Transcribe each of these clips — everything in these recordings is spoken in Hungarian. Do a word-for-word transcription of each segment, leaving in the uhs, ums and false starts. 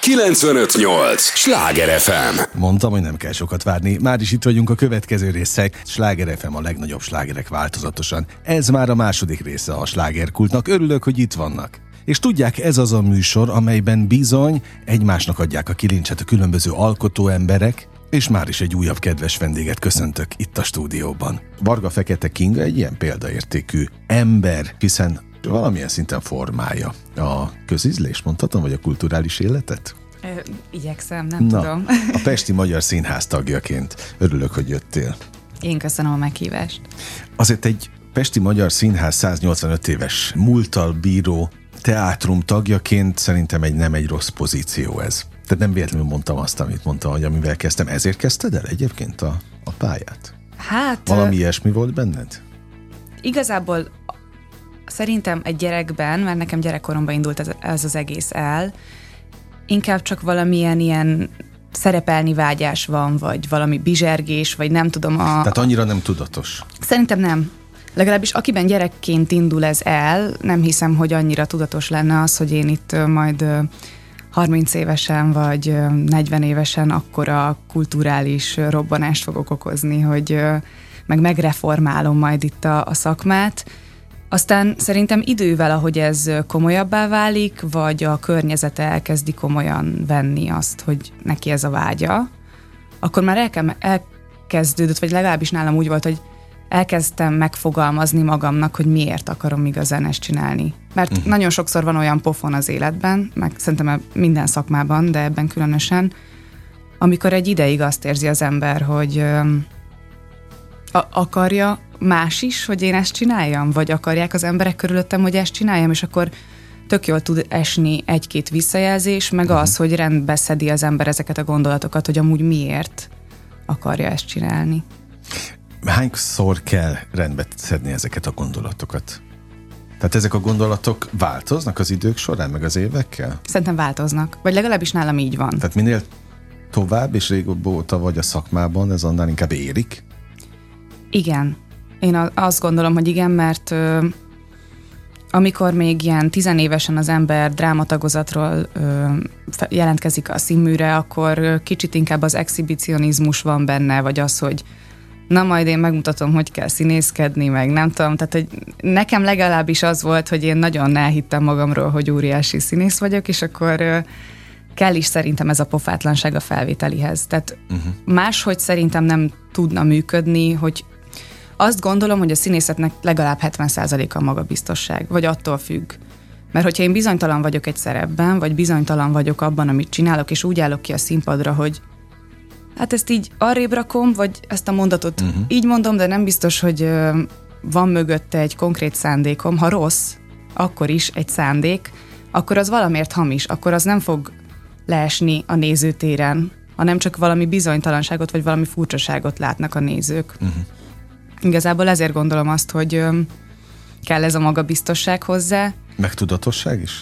kilencvenöt nyolc Sláger ef em. Mondtam, hogy nem kell sokat várni. Már is itt vagyunk a következő részek. Sláger ef em, a legnagyobb slágerek változatosan. Ez már a második része a slágerkultnak. Örülök, hogy itt vannak. És tudják, ez az a műsor, amelyben bizony egymásnak adják a kilincset a különböző alkotó emberek, és már is egy újabb kedves vendéget köszöntök itt a stúdióban. Varga Fekete Kinga egy ilyen példaértékű ember, hiszen valamilyen szinten formálja a közízlést, mondhatom, vagy a kulturális életet? Ö, igyekszem, nem Na, tudom. A Pesti Magyar Színház tagjaként örülök, hogy jöttél. Én köszönöm a meghívást. Azért egy Pesti Magyar Színház száznyolcvanöt éves múlttal bíró teátrum tagjaként szerintem egy nem egy rossz pozíció ez. Tehát nem véletlenül mondtam azt, amit mondtam, hogy amivel kezdtem. Ezért kezdted el egyébként a, a pályát? Hát... Valami ö... ilyesmi volt benned? Igazából szerintem egy gyerekben, mert nekem gyerekkoromban indult ez, ez az egész el, inkább csak valamilyen ilyen szerepelni vágyás van, vagy valami bizsergés, vagy nem tudom a... Tehát annyira nem tudatos? Szerintem nem. Legalábbis akiben gyerekként indul ez el, nem hiszem, hogy annyira tudatos lenne az, hogy én itt majd harminc évesen, vagy negyven évesen akkora kulturális robbanást fogok okozni, hogy meg megreformálom majd itt a, a szakmát. Aztán szerintem idővel, ahogy ez komolyabbá válik, vagy a környezete elkezdi komolyan venni azt, hogy neki ez a vágya, akkor már elke- elkezdődött, vagy legalábbis nálam úgy volt, hogy elkezdtem megfogalmazni magamnak, hogy miért akarom igazán ezt csinálni. Mert uh-huh. nagyon sokszor van olyan pofon az életben, meg szerintem minden szakmában, de ebben különösen, amikor egy ideig azt érzi az ember, hogy öm, a- akarja más is, hogy én ezt csináljam, vagy akarják az emberek körülöttem, hogy ezt csináljam, és akkor tök jól tud esni egy-két visszajelzés, meg uh-huh. az, hogy rendbe szedi az ember ezeket a gondolatokat, hogy amúgy miért akarja ezt csinálni. Hányszor kell rendbe szedni ezeket a gondolatokat? Tehát ezek a gondolatok változnak az idők során, meg az évekkel? Szerintem változnak, vagy legalábbis nálam így van. Tehát minél tovább és régóta vagy a szakmában, ez annál inkább érik? Igen. Én azt gondolom, hogy igen, mert ö, amikor még ilyen tizenévesen az ember drámatagozatról ö, jelentkezik a színműre, akkor ö, kicsit inkább az exhibicionizmus van benne, vagy az, hogy na majd én megmutatom, hogy kell színészkedni, meg nem tudom, tehát hogy nekem legalábbis az volt, hogy én nagyon elhittem magamról, hogy óriási színész vagyok, és akkor ö, kell is szerintem ez a pofátlanság a felvételihez. Tehát uh-huh. máshogy szerintem nem tudna működni, hogy azt gondolom, hogy a színészetnek legalább hetven százaléka a magabiztosság, vagy attól függ. Mert hogyha én bizonytalan vagyok egy szerepben, vagy bizonytalan vagyok abban, amit csinálok, és úgy állok ki a színpadra, hogy hát ezt így arrébb rakom, vagy ezt a mondatot uh-huh. így mondom, de nem biztos, hogy ö, van mögötte egy konkrét szándékom. Ha rossz, akkor is egy szándék, akkor az valamiért hamis, akkor az nem fog leesni a nézőtéren, hanem csak valami bizonytalanságot, vagy valami furcsaságot látnak a nézők. Uh-huh. Igazából ezért gondolom azt, hogy ö, kell ez a magabiztosság hozzá. Meg tudatosság is?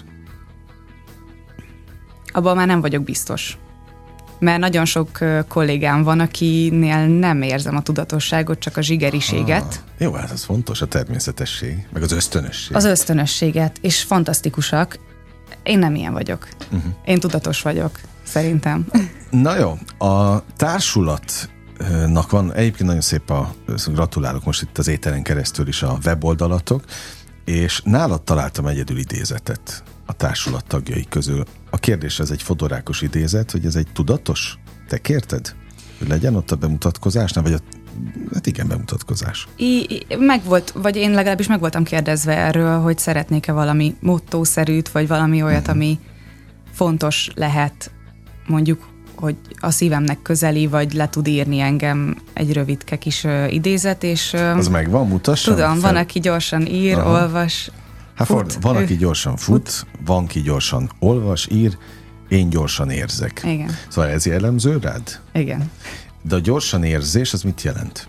Abban már nem vagyok biztos. Mert nagyon sok ö, kollégám van, akinél nem érzem a tudatosságot, csak a zsigeriséget. Ah, jó, hát ez fontos, a természetesség, meg az ösztönösség. Az ösztönösséget, és fantasztikusak. Én nem ilyen vagyok. Uh-huh. Én tudatos vagyok, szerintem. Na jó, a társulat nak van, egyébként nagyon szép a, gratulálok most itt az éteren keresztül is a weboldalatok, és nálad találtam egyedül idézetet a társulat tagjai közül. A kérdés ez egy fodorákos idézet, hogy ez egy tudatos? Te kérted? Hogy legyen ott a bemutatkozásnál, vagy a, hát igen, bemutatkozás. I, meg volt, vagy én legalábbis meg voltam kérdezve erről, hogy szeretnék-e valami mottószerűt, vagy valami olyat, uh-huh. ami fontos lehet, mondjuk hogy a szívemnek közeli, vagy le tud írni engem egy rövidke kis uh, idézet, és... Uh, az megvan, mutassam? Tudom, fel. Van, aki gyorsan ír, Aha. olvas, hát fut. Van, aki gyorsan fut, fut, van, ki gyorsan olvas, ír, én gyorsan érzek. Igen. Szóval ez jellemző rád? Igen. De a gyorsan érzés, az mit jelent?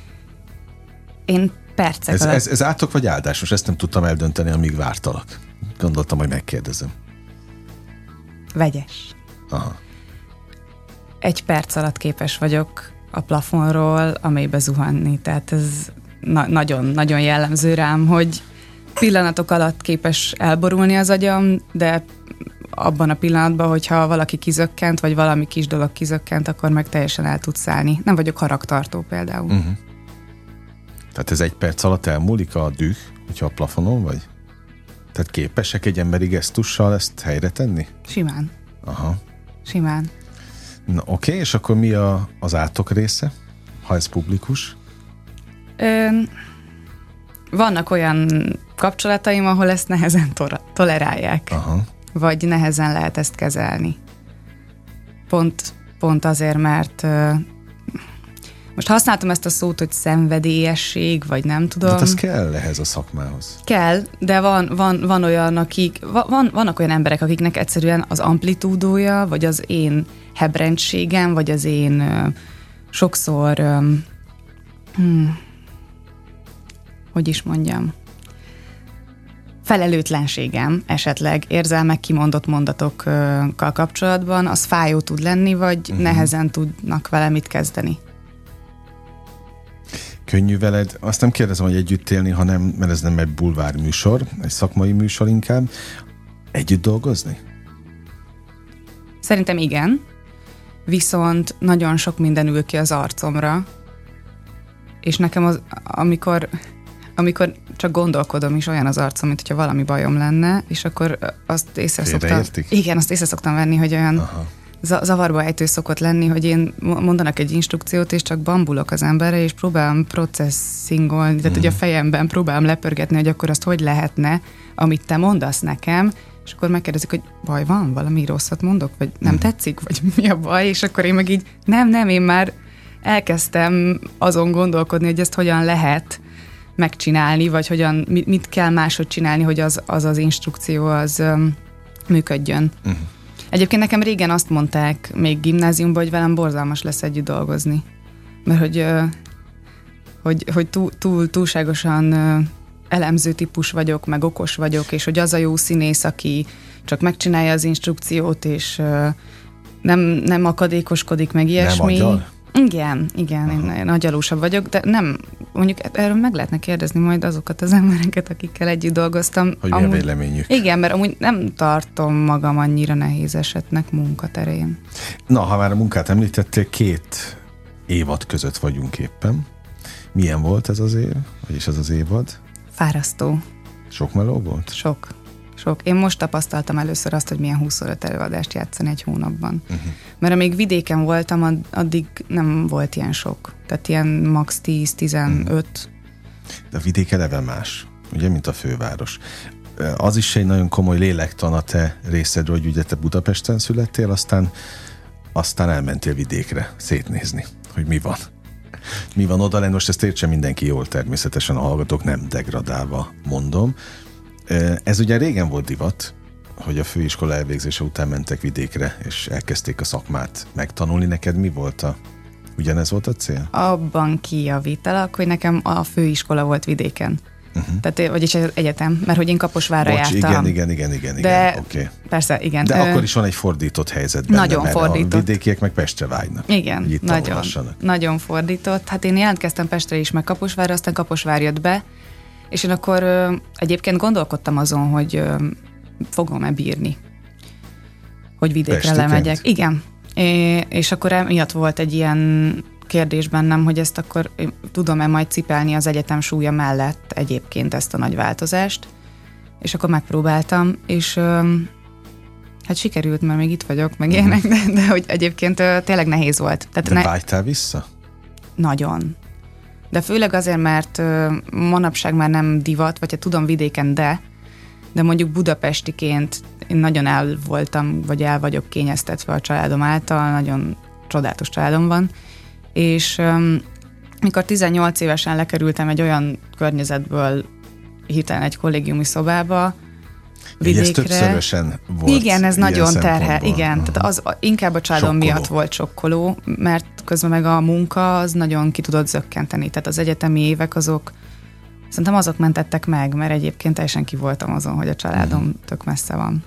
Én percek ez, alatt... ez, ez átok vagy áldás? Most ezt nem tudtam eldönteni, amíg vártalak. Gondoltam, hogy megkérdezem. Vegyes. Aha. Egy perc alatt képes vagyok a plafonról, amelybe zuhanni. Tehát ez na- nagyon, nagyon jellemző rám, hogy pillanatok alatt képes elborulni az agyam, de abban a pillanatban, hogyha valaki kizökkent, vagy valami kis dolog kizökkent, akkor meg teljesen el tudsz állni. Nem vagyok haragtartó például. Uh-huh. Tehát ez egy perc alatt elmúlik a düh, hogyha a plafonon vagy? Tehát képesek egy emberi gesztussal ezt helyre tenni? Simán. Aha. Simán. Na oké, és akkor mi a, az átok része, ha ez publikus? Ö, vannak olyan kapcsolataim, ahol ezt nehezen to- tolerálják. Aha. Vagy nehezen lehet ezt kezelni. Pont, pont azért, mert ö, most használtam ezt a szót, hogy szenvedélyesség, vagy nem tudom. De ez kell ehhez a szakmához. Kell, de van, van, van olyan, akik, van, vannak olyan emberek, akiknek egyszerűen az amplitúdója, vagy az én hebrendségem, vagy az én ö, sokszor ö, hmm, hogy is mondjam, felelőtlenségem esetleg érzelmek kimondott mondatokkal kapcsolatban, az fájó tud lenni, vagy uh-huh. nehezen tudnak vele mit kezdeni. Könnyű veled, azt nem kérdezem, hogy együtt élni, hanem, mert ez nem egy bulvár műsor, egy szakmai műsor inkább, együtt dolgozni? Szerintem igen, viszont nagyon sok minden ül ki az arcomra, és nekem az, amikor, amikor csak gondolkodom is, olyan az arcom, mint hogyha valami bajom lenne, és akkor azt észre szoktam, igen, azt észre szoktam venni, hogy olyan Aha. zavarba ejtő szokott lenni, hogy én mondanak egy instrukciót, és csak bambulok az emberre, és próbálom processzingolni, tehát mm. hogy a fejemben próbálom lepörgetni, hogy akkor azt hogy lehetne, amit te mondasz nekem, és akkor megkérdezik, hogy baj van, valami rosszat mondok, vagy nem mm. tetszik, vagy mi a baj, és akkor én meg így, nem, nem, én már elkezdtem azon gondolkodni, hogy ezt hogyan lehet megcsinálni, vagy hogyan, mit kell máshogy csinálni, hogy az az, az instrukció az um, működjön. Mm. Egyébként nekem régen azt mondták még gimnáziumban, hogy velem borzalmas lesz együtt dolgozni. Mert hogy, hogy, hogy túl, túl, túlságosan elemző típus vagyok, meg okos vagyok, és hogy az a jó színész, aki csak megcsinálja az instrukciót, és nem, nem akadékoskodik, meg ilyesmi. Nem agyal? Igen, igen, Aha. én agyalósabb vagyok, de nem, mondjuk erről meg lehetne kérdezni majd azokat az embereket, akikkel együtt dolgoztam. Hogy mi a véleményük. Igen, mert amúgy nem tartom magam annyira nehéz esetnek munkaterén. Na, ha már a munkát említettél, két évad között vagyunk éppen. Milyen volt ez az év? Vagyis ez az évad? Fárasztó. Sok meló volt? Sok. Sok. Én most tapasztaltam először azt, hogy milyen huszonöt előadást játszani egy hónapban. Uh-huh. Mert amíg vidéken voltam, addig nem volt ilyen sok. Tehát ilyen max tíz-tizenöt. Uh-huh. De a vidék eleve más, ugye, mint a főváros. Az is egy nagyon komoly lélektan a te részedről, hogy ugye te Budapesten születtél, aztán, aztán elmentél vidékre szétnézni, hogy mi van. Mi van oda lenni, most ezt értse mindenki jól, természetesen a hallgatók, nem degradálva mondom. Ez ugye régen volt divat, hogy a főiskola elvégzése után mentek vidékre, és elkezdték a szakmát megtanulni. Neked mi volt a... Ugyanez volt a cél? Abban kijavítalak, hogy nekem a főiskola volt vidéken. Uh-huh. Tehát, vagyis egyetem, mert hogy én Kaposvárra Bocs, jártam. igen, igen, igen, igen, de igen. Okay. Persze, igen. De Ö... akkor is van egy fordított helyzet benne, nagyon mert fordított. A vidékiek meg Pestre vágynak. Igen, nagyon, nagyon fordított. Hát én jelentkeztem Pestre is, meg Kaposvárra, aztán Kaposvár jött be, és én akkor ö, egyébként gondolkodtam azon, hogy ö, fogom-e bírni, hogy vidékre Pestiként? lemegyek. Igen. É, és akkor emiatt volt egy ilyen kérdés bennem, hogy ezt akkor tudom-e majd cipelni az egyetem súlya mellett egyébként ezt a nagy változást, és akkor megpróbáltam, és ö, hát sikerült, mert még itt vagyok, meg ilyenek, de, de hogy egyébként ö, tényleg nehéz volt. Tehát de ne... vágytál vissza? Nagyon. De főleg azért, mert ö, manapság már nem divat, vagy hát tudom vidéken, de de mondjuk budapestiként én nagyon el voltam, vagy el vagyok kényeztetve a családom által, nagyon csodálatos családom van, és um, mikor tizennyolc évesen lekerültem egy olyan környezetből hirtelen egy kollégiumi szobába, vidékre. Ez többszörösen volt. Igen, ez nagyon terhel. Igen, uh-huh. tehát az inkább a családom sokkoló. Miatt volt sokkoló, mert közben meg a munka az nagyon ki tudott zökkenteni. Tehát az egyetemi évek azok, szerintem azok mentettek meg, mert egyébként teljesen ki voltam azon, hogy a családom uh-huh. tök messze van.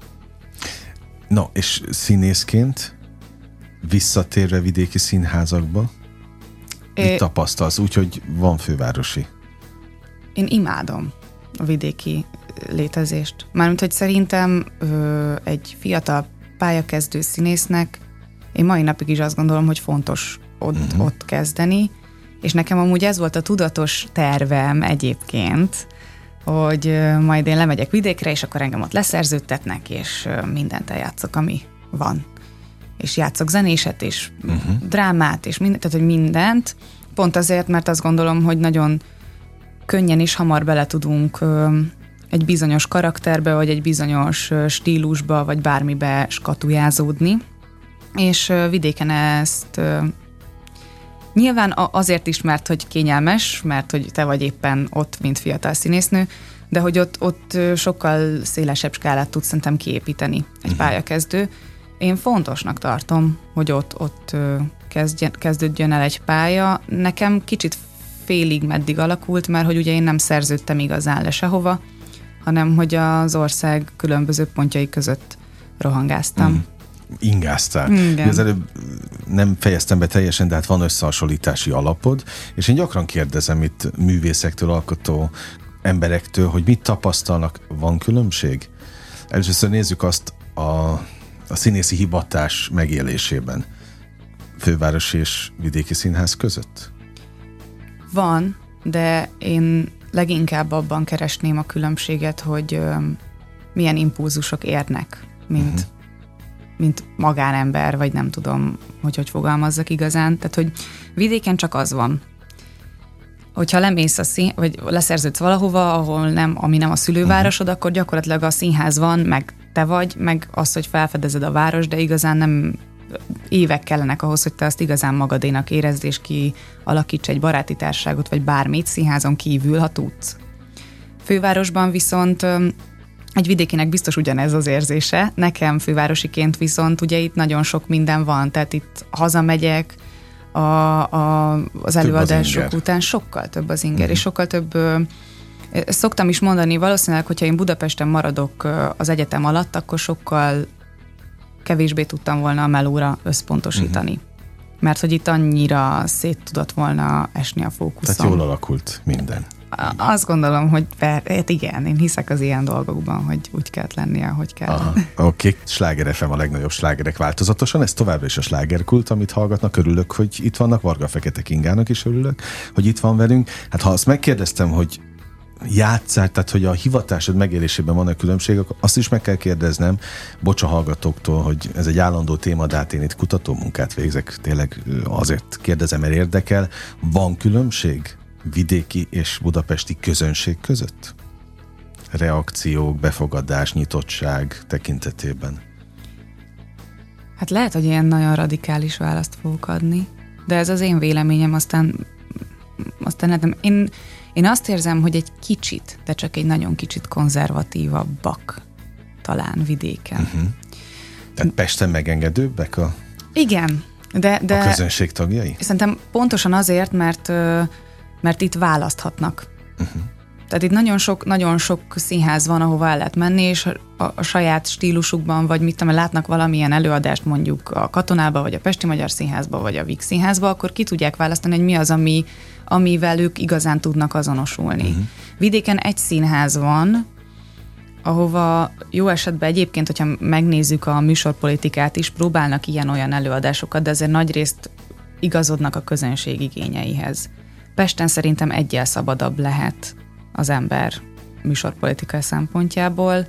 No, és színészként visszatérve vidéki színházakba, é... mit tapasztalsz? Úgyhogy van fővárosi. Én imádom a vidéki létezést. Mármint, hogy szerintem ö, egy fiatal pályakezdő színésznek én mai napig is azt gondolom, hogy fontos ott, uh-huh. ott kezdeni, és nekem amúgy ez volt a tudatos tervem egyébként, hogy majd én lemegyek vidékre, és akkor engem ott leszerződtetnek, és mindent eljátszok, ami van. És játszok zenéset, és uh-huh. drámát, és mindent, tehát hogy mindent. Pont azért, mert azt gondolom, hogy nagyon könnyen és hamar bele tudunk egy bizonyos karakterbe, vagy egy bizonyos stílusba, vagy bármibe skatujázódni. És vidéken ezt nyilván azért is, mert hogy kényelmes, mert hogy te vagy éppen ott, mint fiatal színésznő, de hogy ott, ott sokkal szélesebb skálát tudsz szerintem kiépíteni egy uh-huh. pályakezdő. Én fontosnak tartom, hogy ott, ott kezdjen, kezdődjön el egy pálya. Nekem kicsit félig meddig alakult, mert hogy ugye én nem szerződtem igazán le sehova, hanem hogy az ország különböző pontjai között rohangáztam. Uh-huh. Ingáztál. Igen. Az előbb nem fejeztem be teljesen, de hát van összehasonlítási alapod, és én gyakran kérdezem itt művészektől, alkotó emberektől, hogy mit tapasztalnak, van különbség? Először nézzük azt a, a színészi hivatás megélésében. Fővárosi és vidéki színház között? Van, de én leginkább abban keresném a különbséget, hogy ö, milyen impulzusok érnek, mint uh-huh. mint magánember, vagy nem tudom, hogy hogy fogalmazzak igazán. Tehát, hogy vidéken csak az van. Hogyha lemész a szín, vagy leszerződsz valahova, ahol nem, ami nem a szülővárosod, uh-huh. akkor gyakorlatilag a színház van, meg te vagy, meg az, hogy felfedezed a város, de igazán nem évek kellenek ahhoz, hogy te azt igazán magadénak érezd, és kialakíts egy baráti társaságot, vagy bármit színházon kívül, ha tudsz. Fővárosban viszont egy vidékinek biztos ugyanez az érzése, nekem fővárosiként viszont ugye itt nagyon sok minden van, tehát itt hazamegyek, a, a, az előadások az után sokkal több az inger, mm. és sokkal több, ö, szoktam is mondani, valószínűleg, hogyha én Budapesten maradok ö, az egyetem alatt, akkor sokkal kevésbé tudtam volna a melóra összpontosítani. Mm. Mert hogy itt annyira szét tudott volna esni a fókuszom. Tehát jól alakult minden. Azt gondolom, hogy hát igen, én hiszek az ilyen dolgokban, hogy úgy kell lennie, ahogy kell. Oké, okay. Sláger ef em a legnagyobb slágerek változatosan, ez továbbra is a slágerkult, amit hallgatnak, örülök, hogy itt vannak, Varga Fekete Kingának is örülök, hogy itt van velünk. Hát ha azt megkérdeztem, hogy játszál, tehát hogy a hivatásod megélésében van a különbség, akkor azt is meg kell kérdeznem, bocs a hallgatóktól, hogy ez egy állandó téma, de hát én itt kutatómunkát végzek, tényleg azért kérdezem, mert érdekel, van különbség vidéki és budapesti közönség között? Reakciók, befogadás, nyitottság tekintetében? Hát lehet, hogy ilyen nagyon radikális választ fogok adni, de ez az én véleményem, aztán, aztán nem. Én, én azt érzem, hogy egy kicsit, de csak egy nagyon kicsit konzervatívabbak talán vidéken. Uh-huh. Tehát Pesten megengedőbbek a, igen, de, de a közönség tagjai? Szerintem pontosan azért, mert mert itt választhatnak. Uh-huh. Tehát itt nagyon sok, nagyon sok színház van, ahova el lehet menni, és a, a saját stílusukban, vagy mit tudom, látnak valamilyen előadást mondjuk a Katonába, vagy a Pesti Magyar Színházba, vagy a Víg Színházba, akkor ki tudják választani, hogy mi az, ami, amivel ők igazán tudnak azonosulni. Uh-huh. Vidéken egy színház van, ahova jó esetben egyébként, hogyha megnézzük a műsorpolitikát is, próbálnak ilyen-olyan előadásokat, de azért nagyrészt igazodnak a közönség igényeihez. Pesten szerintem egyel szabadabb lehet az ember műsorpolitikai szempontjából.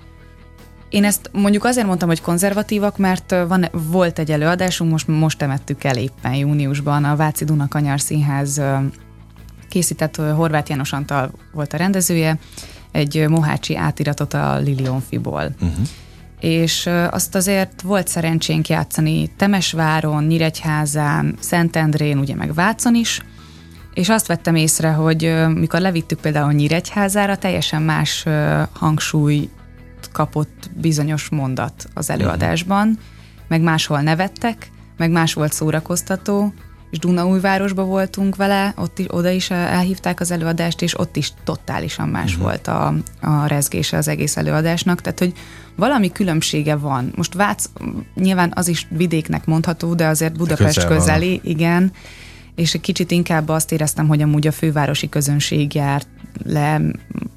Én ezt mondjuk azért mondtam, hogy konzervatívak, mert van, volt egy előadásunk, most, most temettük el éppen júniusban, a Váci Duna Kanyar Színház készített, Horváth János Antal volt a rendezője, egy mohácsi átiratot a Lilionfiból. Uh-huh. És azt azért volt szerencsénk játszani Temesváron, Nyíregyházán, Szentendrén, ugye meg Vácon is, és azt vettem észre, hogy mikor levittük például Nyíregyházára, teljesen más hangsúly kapott bizonyos mondat az előadásban, uh-huh. meg máshol nevettek, meg más volt szórakoztató, és Dunaújvárosba voltunk vele, ott is, oda is elhívták az előadást, és ott is totálisan más uh-huh. volt a, a rezgése az egész előadásnak, tehát hogy valami különbsége van. Most Vác nyilván az is vidéknek mondható, de azért Budapest közel közeli, van. Igen, és egy kicsit inkább azt éreztem, hogy amúgy a fővárosi közönség járt le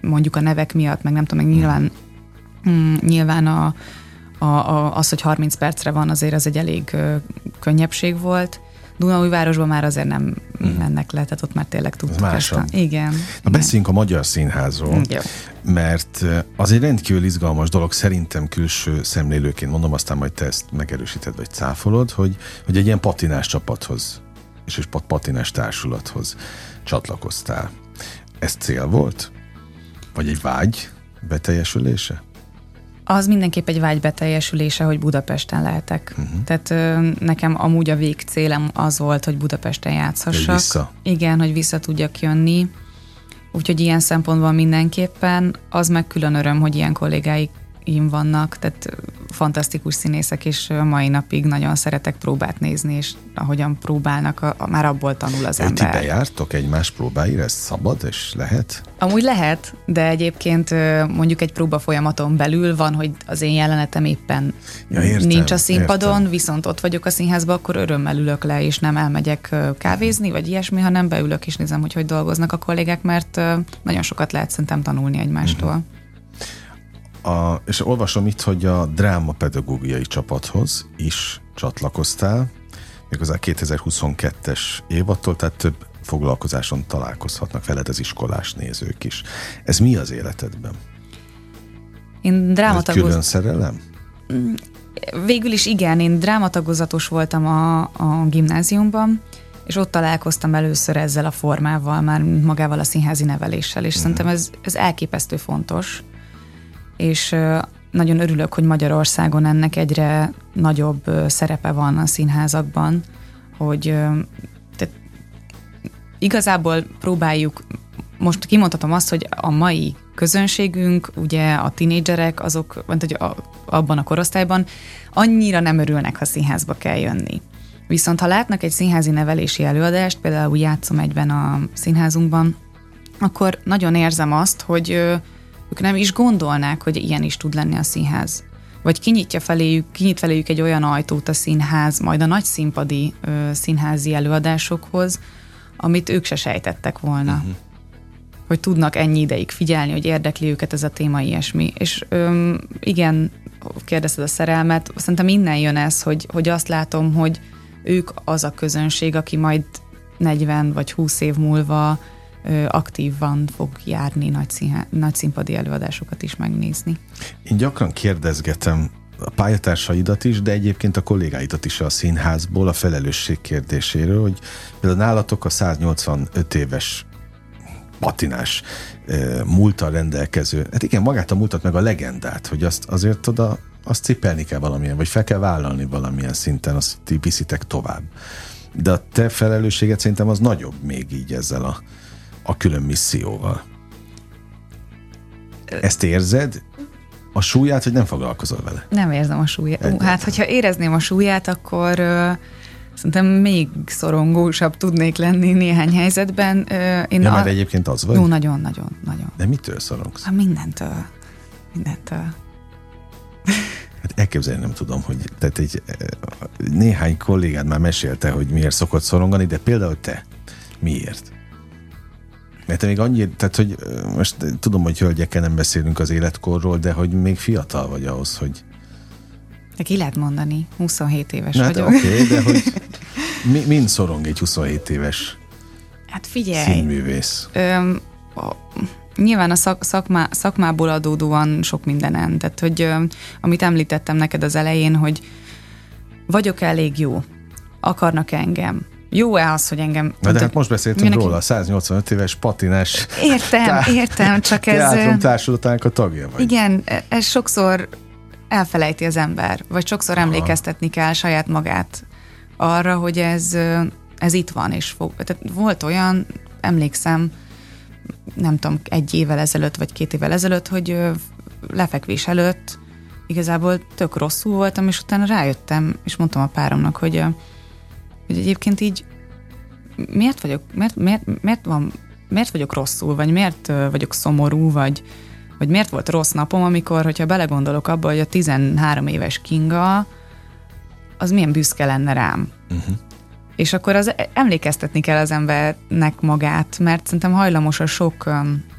mondjuk a nevek miatt, meg nem tudom, meg nyilván, mm, nyilván a, a, a, az, hogy harminc percre van, azért az egy elég ö, könnyebbség volt. Dunaújvárosban már azért nem mm. mennek le, tehát ott már tényleg tudtuk ezt. A... Igen. Na beszéljünk a Magyar Színházról, Jó. mert az egy rendkívül izgalmas dolog, szerintem külső szemlélőként, mondom, aztán majd te ezt megerősíted, vagy cáfolod, hogy, hogy egy ilyen patinás csapathoz, és egy patinás társulathoz csatlakoztál. Ez cél volt? Vagy egy vágy beteljesülése? Az mindenképp egy vágy beteljesülése, hogy Budapesten lehetek. Uh-huh. Tehát ö, nekem amúgy a végcélem az volt, hogy Budapesten játszhassak. Hogy vissza. Igen, hogy vissza tudjak jönni. Úgyhogy ilyen szempontból mindenképpen. Az meg külön öröm, hogy ilyen kollégáim vannak, tehát fantasztikus színészek, és mai napig nagyon szeretek próbát nézni, és ahogyan próbálnak, a, a, már abból tanul az ember. Ti bejártok egymás próbáira? Ez szabad és lehet? Amúgy lehet, de egyébként mondjuk egy próba folyamaton belül van, hogy az én jelenetem éppen ja, értem, nincs a színpadon, értem. Viszont ott vagyok a színházban, akkor örömmel ülök le, és nem elmegyek kávézni, vagy ilyesmi, hanem beülök és nézem, hogy hogy dolgoznak a kollégák, mert nagyon sokat lehet szerintem tanulni egymástól. Uh-huh. A, és olvasom itt, hogy a drámapedagógiai csapathoz is csatlakoztál, méghozzá kétezer-huszonkettes évadtól, tehát több foglalkozáson találkozhatnak veled az iskolás nézők is. Ez mi az életedben? Én drámatagozat... Külön szerelem? Végül is igen, én drámatagozatos voltam a, a gimnáziumban, és ott találkoztam először ezzel a formával, már magával a színházi neveléssel, és mm. szerintem ez, ez elképesztő fontos, és nagyon örülök, hogy Magyarországon ennek egyre nagyobb szerepe van a színházakban, hogy tehát igazából próbáljuk, most kimondhatom azt, hogy a mai közönségünk, ugye a tinédzserek, azok hogy a, abban a korosztályban annyira nem örülnek, ha színházba kell jönni. Viszont ha látnak egy színházi nevelési előadást, például játszom egyben a színházunkban, akkor nagyon érzem azt, hogy ők nem is gondolnák, hogy ilyen is tud lenni a színház. Vagy kinyitja feléjük, kinyit feléjük egy olyan ajtót a színház, majd a nagy színpadi ö, színházi előadásokhoz, amit ők se sejtettek volna. Uh-huh. Hogy tudnak ennyi ideig figyelni, hogy érdekli őket ez a téma, ilyesmi. És ö, igen, kérdezted a szerelmet, szerintem innen jön ez, hogy, hogy azt látom, hogy ők az a közönség, aki majd negyven vagy húsz év múlva aktívan fog járni nagy, színhá, nagy színpadi előadásokat is megnézni. Én gyakran kérdezgetem a pályatársaidat is, de egyébként a kollégáidat is a színházból a felelősség kérdéséről, hogy például nálatok a száznyolcvanöt éves patinás e, múlttal rendelkező, hát igen, magát a múltat meg a legendát, hogy azt azért oda, azt cipelni kell valamilyen, vagy fel kell vállalni valamilyen szinten, azt ti viszitek tovább. De a te felelősséget szerintem az nagyobb még így ezzel a a külön misszióval. Ezt érzed? A súlyát, hogy nem foglalkozol vele? Nem érzem a súlyát. Uh, hát, hogyha érezném a súlyát, akkor uh, szerintem még szorongósabb tudnék lenni néhány helyzetben. Uh, én ja, a... mert egyébként az vagy? Jó, nagyon, nagyon, nagyon. De mitől szorongsz? Hát mindentől. Mindentől. Hát elképzelni nem tudom, hogy tehát egy, néhány kollégád már mesélte, hogy miért szokott szorongani, de például te miért? Mert te még annyi, tehát hogy most tudom, hogy hölgyekkel nem beszélünk az életkorról, de hogy még fiatal vagy ahhoz, hogy... De ki lehet mondani, huszonhét éves Na, vagyok. Oké, okay, de hogy mi, mind szorong egy huszonhét éves hát figyelj, színművész? Öm, a, nyilván a szak, szakmá, szakmából adódóan sok mindenen, tehát hogy öm, amit említettem neked az elején, hogy vagyok elég jó, akarnak engem, jó-e az, hogy engem... Na de hát most beszéltünk mindenki... róla, a száznyolcvanöt éves patinás... Értem, tá... értem, csak ez... Teátrum társulatának a tagja vagy. Igen, ez sokszor elfelejti az ember, vagy sokszor Aha. emlékeztetni kell saját magát arra, hogy ez, ez itt van, és fog... Tehát volt olyan, emlékszem, nem tudom, egy évvel ezelőtt, vagy két évvel ezelőtt, hogy lefekvés előtt igazából tök rosszul voltam, és utána rájöttem, és mondtam a páromnak, hogy hogy egyébként így miért vagyok, miért, miért, miért, van, miért vagyok rosszul, vagy miért vagyok szomorú, vagy, vagy miért volt rossz napom, amikor, hogyha belegondolok abba, hogy a tizenhárom éves Kinga az milyen büszke lenne rám. Uh-huh. És akkor az emlékeztetni kell az embernek magát, mert szerintem hajlamos a sok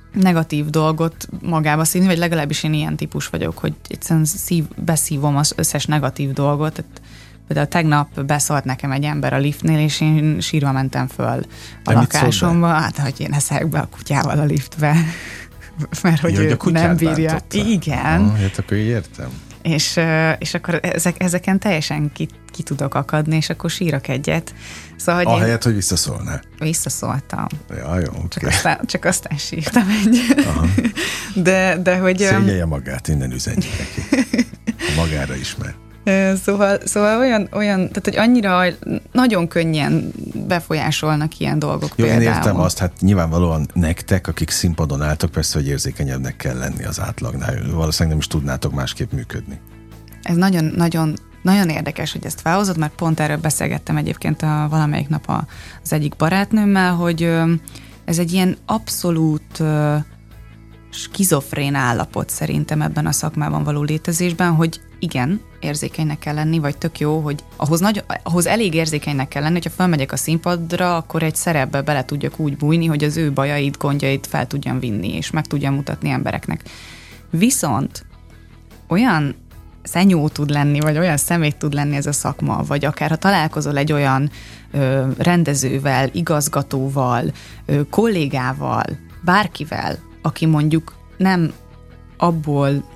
negatív dolgot magába szívni, vagy legalábbis én ilyen típus vagyok, hogy egyszerűen szív, beszívom az összes negatív dolgot. Tehát például tegnap beszólt nekem egy ember a liftnél, és én sírva mentem föl a De lakásomba. Hát, hogy én eszek be a kutyával a liftbe. Mert hogy ja, ő hogy nem bírja. bántotta. Igen. Ah, hát akkor értem. És, és akkor ezek, ezeken teljesen ki, ki tudok akadni, és akkor sírok egyet. Szóval, hogy Ahelyett, hogy visszaszólnál. Visszaszóltam. Ja, jó, Csak, okay. aztán, csak aztán sírtam egyet. De, de hogy... Szégyelje magát, innen üzenjük neki. Magára ismer. Szóval, szóval olyan, olyan, tehát hogy annyira nagyon könnyen befolyásolnak ilyen dolgok. Jó, például. Én értem azt, hát nyilvánvalóan nektek, akik színpadon álltok, persze, hogy érzékenyebbnek kell lenni az átlagnál. Valószínűleg nem is tudnátok másképp működni. Ez nagyon, nagyon, nagyon érdekes, hogy ezt felhozod, mert pont erről beszélgettem egyébként a, valamelyik nap a, az egyik barátnőmmel, hogy ö, ez egy ilyen abszolút ö, skizofrén állapot szerintem ebben a szakmában való létezésben, hogy igen, érzékenynek kell lenni, vagy tök jó, hogy ahhoz, nagy, ahhoz elég érzékenynek kell lenni, hogyha felmegyek a színpadra, akkor egy szerepbe bele tudjak úgy bújni, hogy az ő bajait, gondjait fel tudjam vinni, és meg tudjam mutatni embereknek. Viszont olyan szenyó tud lenni, vagy olyan szemét tud lenni ez a szakma, vagy akár ha találkozol egy olyan ö, rendezővel, igazgatóval, ö, kollégával, bárkivel, aki mondjuk nem abból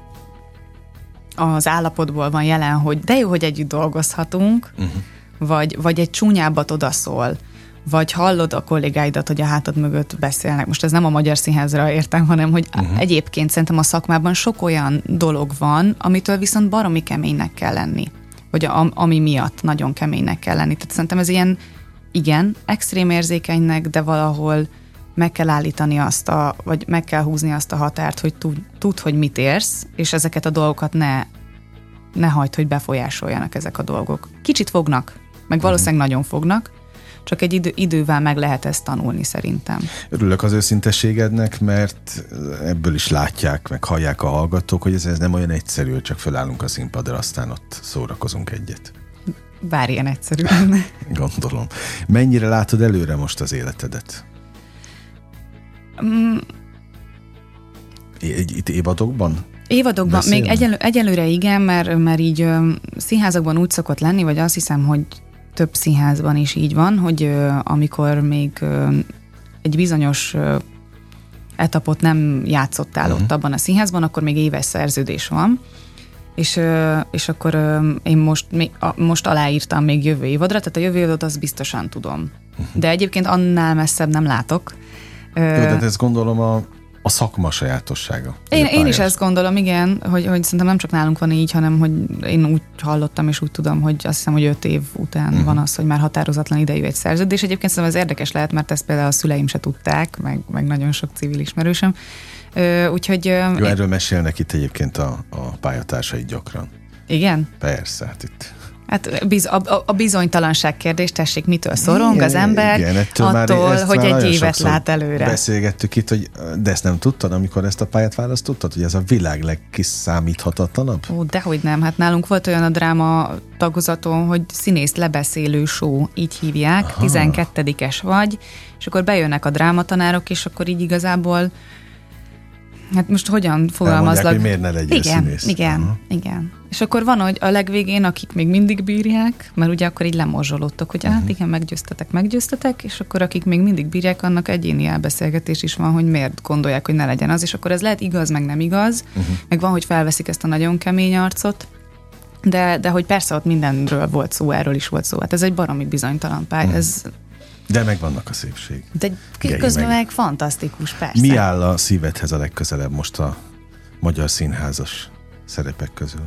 az állapotból van jelen, hogy de jó, hogy együtt dolgozhatunk, uh-huh. vagy, vagy egy csúnyábbat odaszól, vagy hallod a kollégáidat, hogy a hátad mögött beszélnek. Most ez nem a Magyar Színházra értem, hanem hogy uh-huh. egyébként szerintem a szakmában sok olyan dolog van, amitől viszont baromi keménynek kell lenni. Vagy a, ami miatt nagyon keménynek kell lenni. Tehát szerintem ez ilyen, igen, extrém érzékenynek, de valahol meg kell állítani azt a, vagy meg kell húzni azt a határt, hogy tud, tud hogy mit érsz, és ezeket a dolgokat ne, ne hagyd, hogy befolyásoljanak ezek a dolgok. Kicsit fognak, meg valószínűleg uh-huh. nagyon fognak, csak egy idő, idővel meg lehet ezt tanulni szerintem. Örülök az őszinteségednek, mert ebből is látják, meg hallják a hallgatók, hogy ez, ez nem olyan egyszerű, hogy csak fölállunk a színpadra, aztán ott szórakozunk egyet. Bár ilyen egyszerű lenne. Gondolom. Mennyire látod előre most az életedet? Mm. Itt évadokban? Évadokban, Beszélni? még egyelő, egyelőre igen, mert, mert így ö, színházakban úgy szokott lenni, vagy azt hiszem, hogy több színházban is így van, hogy ö, amikor még ö, egy bizonyos ö, etapot nem játszottál uh-huh. ott abban a színházban, akkor még éves szerződés van, és, ö, és akkor ö, én most, még, a, most aláírtam még jövő évadra, tehát a jövő évadot azt biztosan tudom. Uh-huh. De egyébként annál messzebb nem látok. Jó, de ezt gondolom a, a szakma sajátossága. Én, én is ezt gondolom, igen, hogy, hogy szerintem nem csak nálunk van így, hanem hogy én úgy hallottam, és úgy tudom, hogy azt hiszem, hogy öt év után uh-huh. van az, hogy már határozatlan idejű egy szerződés. Egyébként szerintem ez érdekes lehet, mert ezt például a szüleim se tudták, meg, meg nagyon sok civil ismerősöm. Ö, úgyhogy... Jó, én... erről mesélnek itt egyébként a, a pályatársaid gyakran. Igen? Persze, hát itt... Hát biz, a, a bizonytalanság kérdés, tessék, mitől szorong igen, az ember, igen, attól, már, hogy egy évet lát előre. Beszélgettük itt, hogy de ezt nem tudtad, amikor ezt a pályát választottad, hogy ez a világ legkiszámíthatatlanabb? Ó, dehogy nem, hát nálunk volt olyan a dráma tagozaton, hogy színész lebeszélő show, így hívják, aha. tizenkettedikes vagy, és akkor bejönnek a drámatanárok, és akkor így igazából hát most hogyan fogalmazlak? Elmondják, hogy miért ne legyél igen, színész. Igen, aha. igen. És akkor van, hogy a legvégén, akik még mindig bírják, mert ugye akkor így lemorzsolódtok, hogy uh-huh. hát igen, meggyőztetek, meggyőztetek, és akkor akik még mindig bírják, annak egyéni elbeszélgetés is van, hogy miért gondolják, hogy ne legyen az, és akkor ez lehet igaz, meg nem igaz, uh-huh. meg van, hogy felveszik ezt a nagyon kemény arcot, de, de hogy persze ott mindenről volt szó, erről is volt szó. Hát ez egy baromi bizonytalan pálya, uh-huh. ez... De megvannak a szépség. De közben meg. meg fantasztikus, persze. Mi áll a szívedhez a legközelebb most a magyar színházas szerepek közül?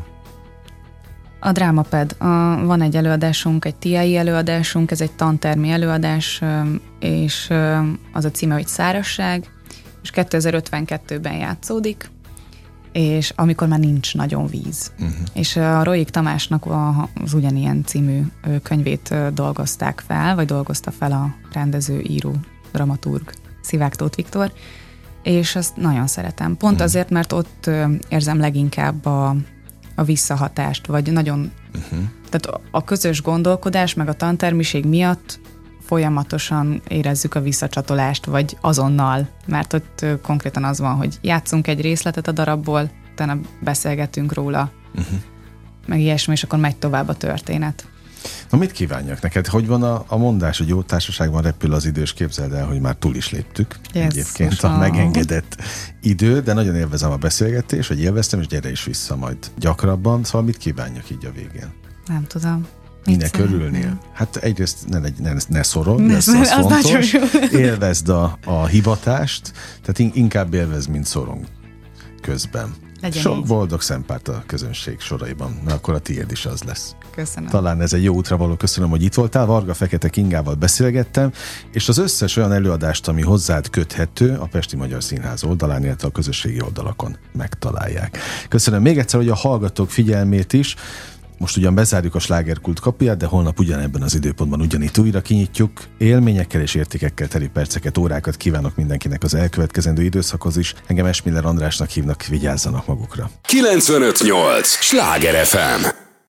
A Drámaped. A, van egy előadásunk, egy té i előadásunk, ez egy tantermi előadás, és az a címe, hogy Szárazság, és kétezer-ötvenkettőben játszódik, és amikor már nincs nagyon víz. Uh-huh. És a Roig Tamásnak az ugyanilyen című könyvét dolgozták fel, vagy dolgozta fel a rendező, író, dramaturg Szivák Tóth Viktor, és azt nagyon szeretem. Pont uh-huh. azért, mert ott érzem leginkább a, a visszahatást, vagy nagyon, uh-huh. tehát a közös gondolkodás, meg a tantermiség miatt folyamatosan érezzük a visszacsatolást, vagy azonnal, mert ott konkrétan az van, hogy játszunk egy részletet a darabból, utána beszélgetünk róla, uh-huh. meg ilyesmi, és akkor megy tovább a történet. Na mit kívánjak neked? Hogy van a, a mondás, hogy jó társaságban repül az idő, és képzeld el, hogy már túl is léptük. Yes, egyébként a megengedett idő, de nagyon élvezem a beszélgetést, vagy élveztem, és gyere is vissza majd gyakrabban. Szóval mit kívánjak így a végén? Nem tudom. Minek örülnél? Hát egyrészt ne, ne, ne szorogj, ez az, az fontos. Élvezd a, a hivatást, tehát inkább élvezd, mint szorong közben. Legyen Sok így. Boldog szempárt a közönség soraiban, mert akkor a tiéd is az lesz. Köszönöm. Talán ez egy jó útra való. Köszönöm, hogy itt voltál. Varga Fekete Kingával beszélgettem, és az összes olyan előadást, ami hozzád köthető, a Pesti Magyar Színház oldalán, illetve a közösségi oldalakon megtalálják. Köszönöm még egyszer, hogy a hallgatók figyelmét is. Most ugyan bezárjuk a Slágerkult kapuját, de holnap ugyanebben az időpontban ugyanitt újra kinyitjuk. Élményekkel és értékekkel teli perceket, órákat kívánok mindenkinek az elkövetkezendő időszakhoz is. Engem Esmiller Andrásnak hívnak, vigyázzanak magukra. kilencvenöt nyolc Sláger ef em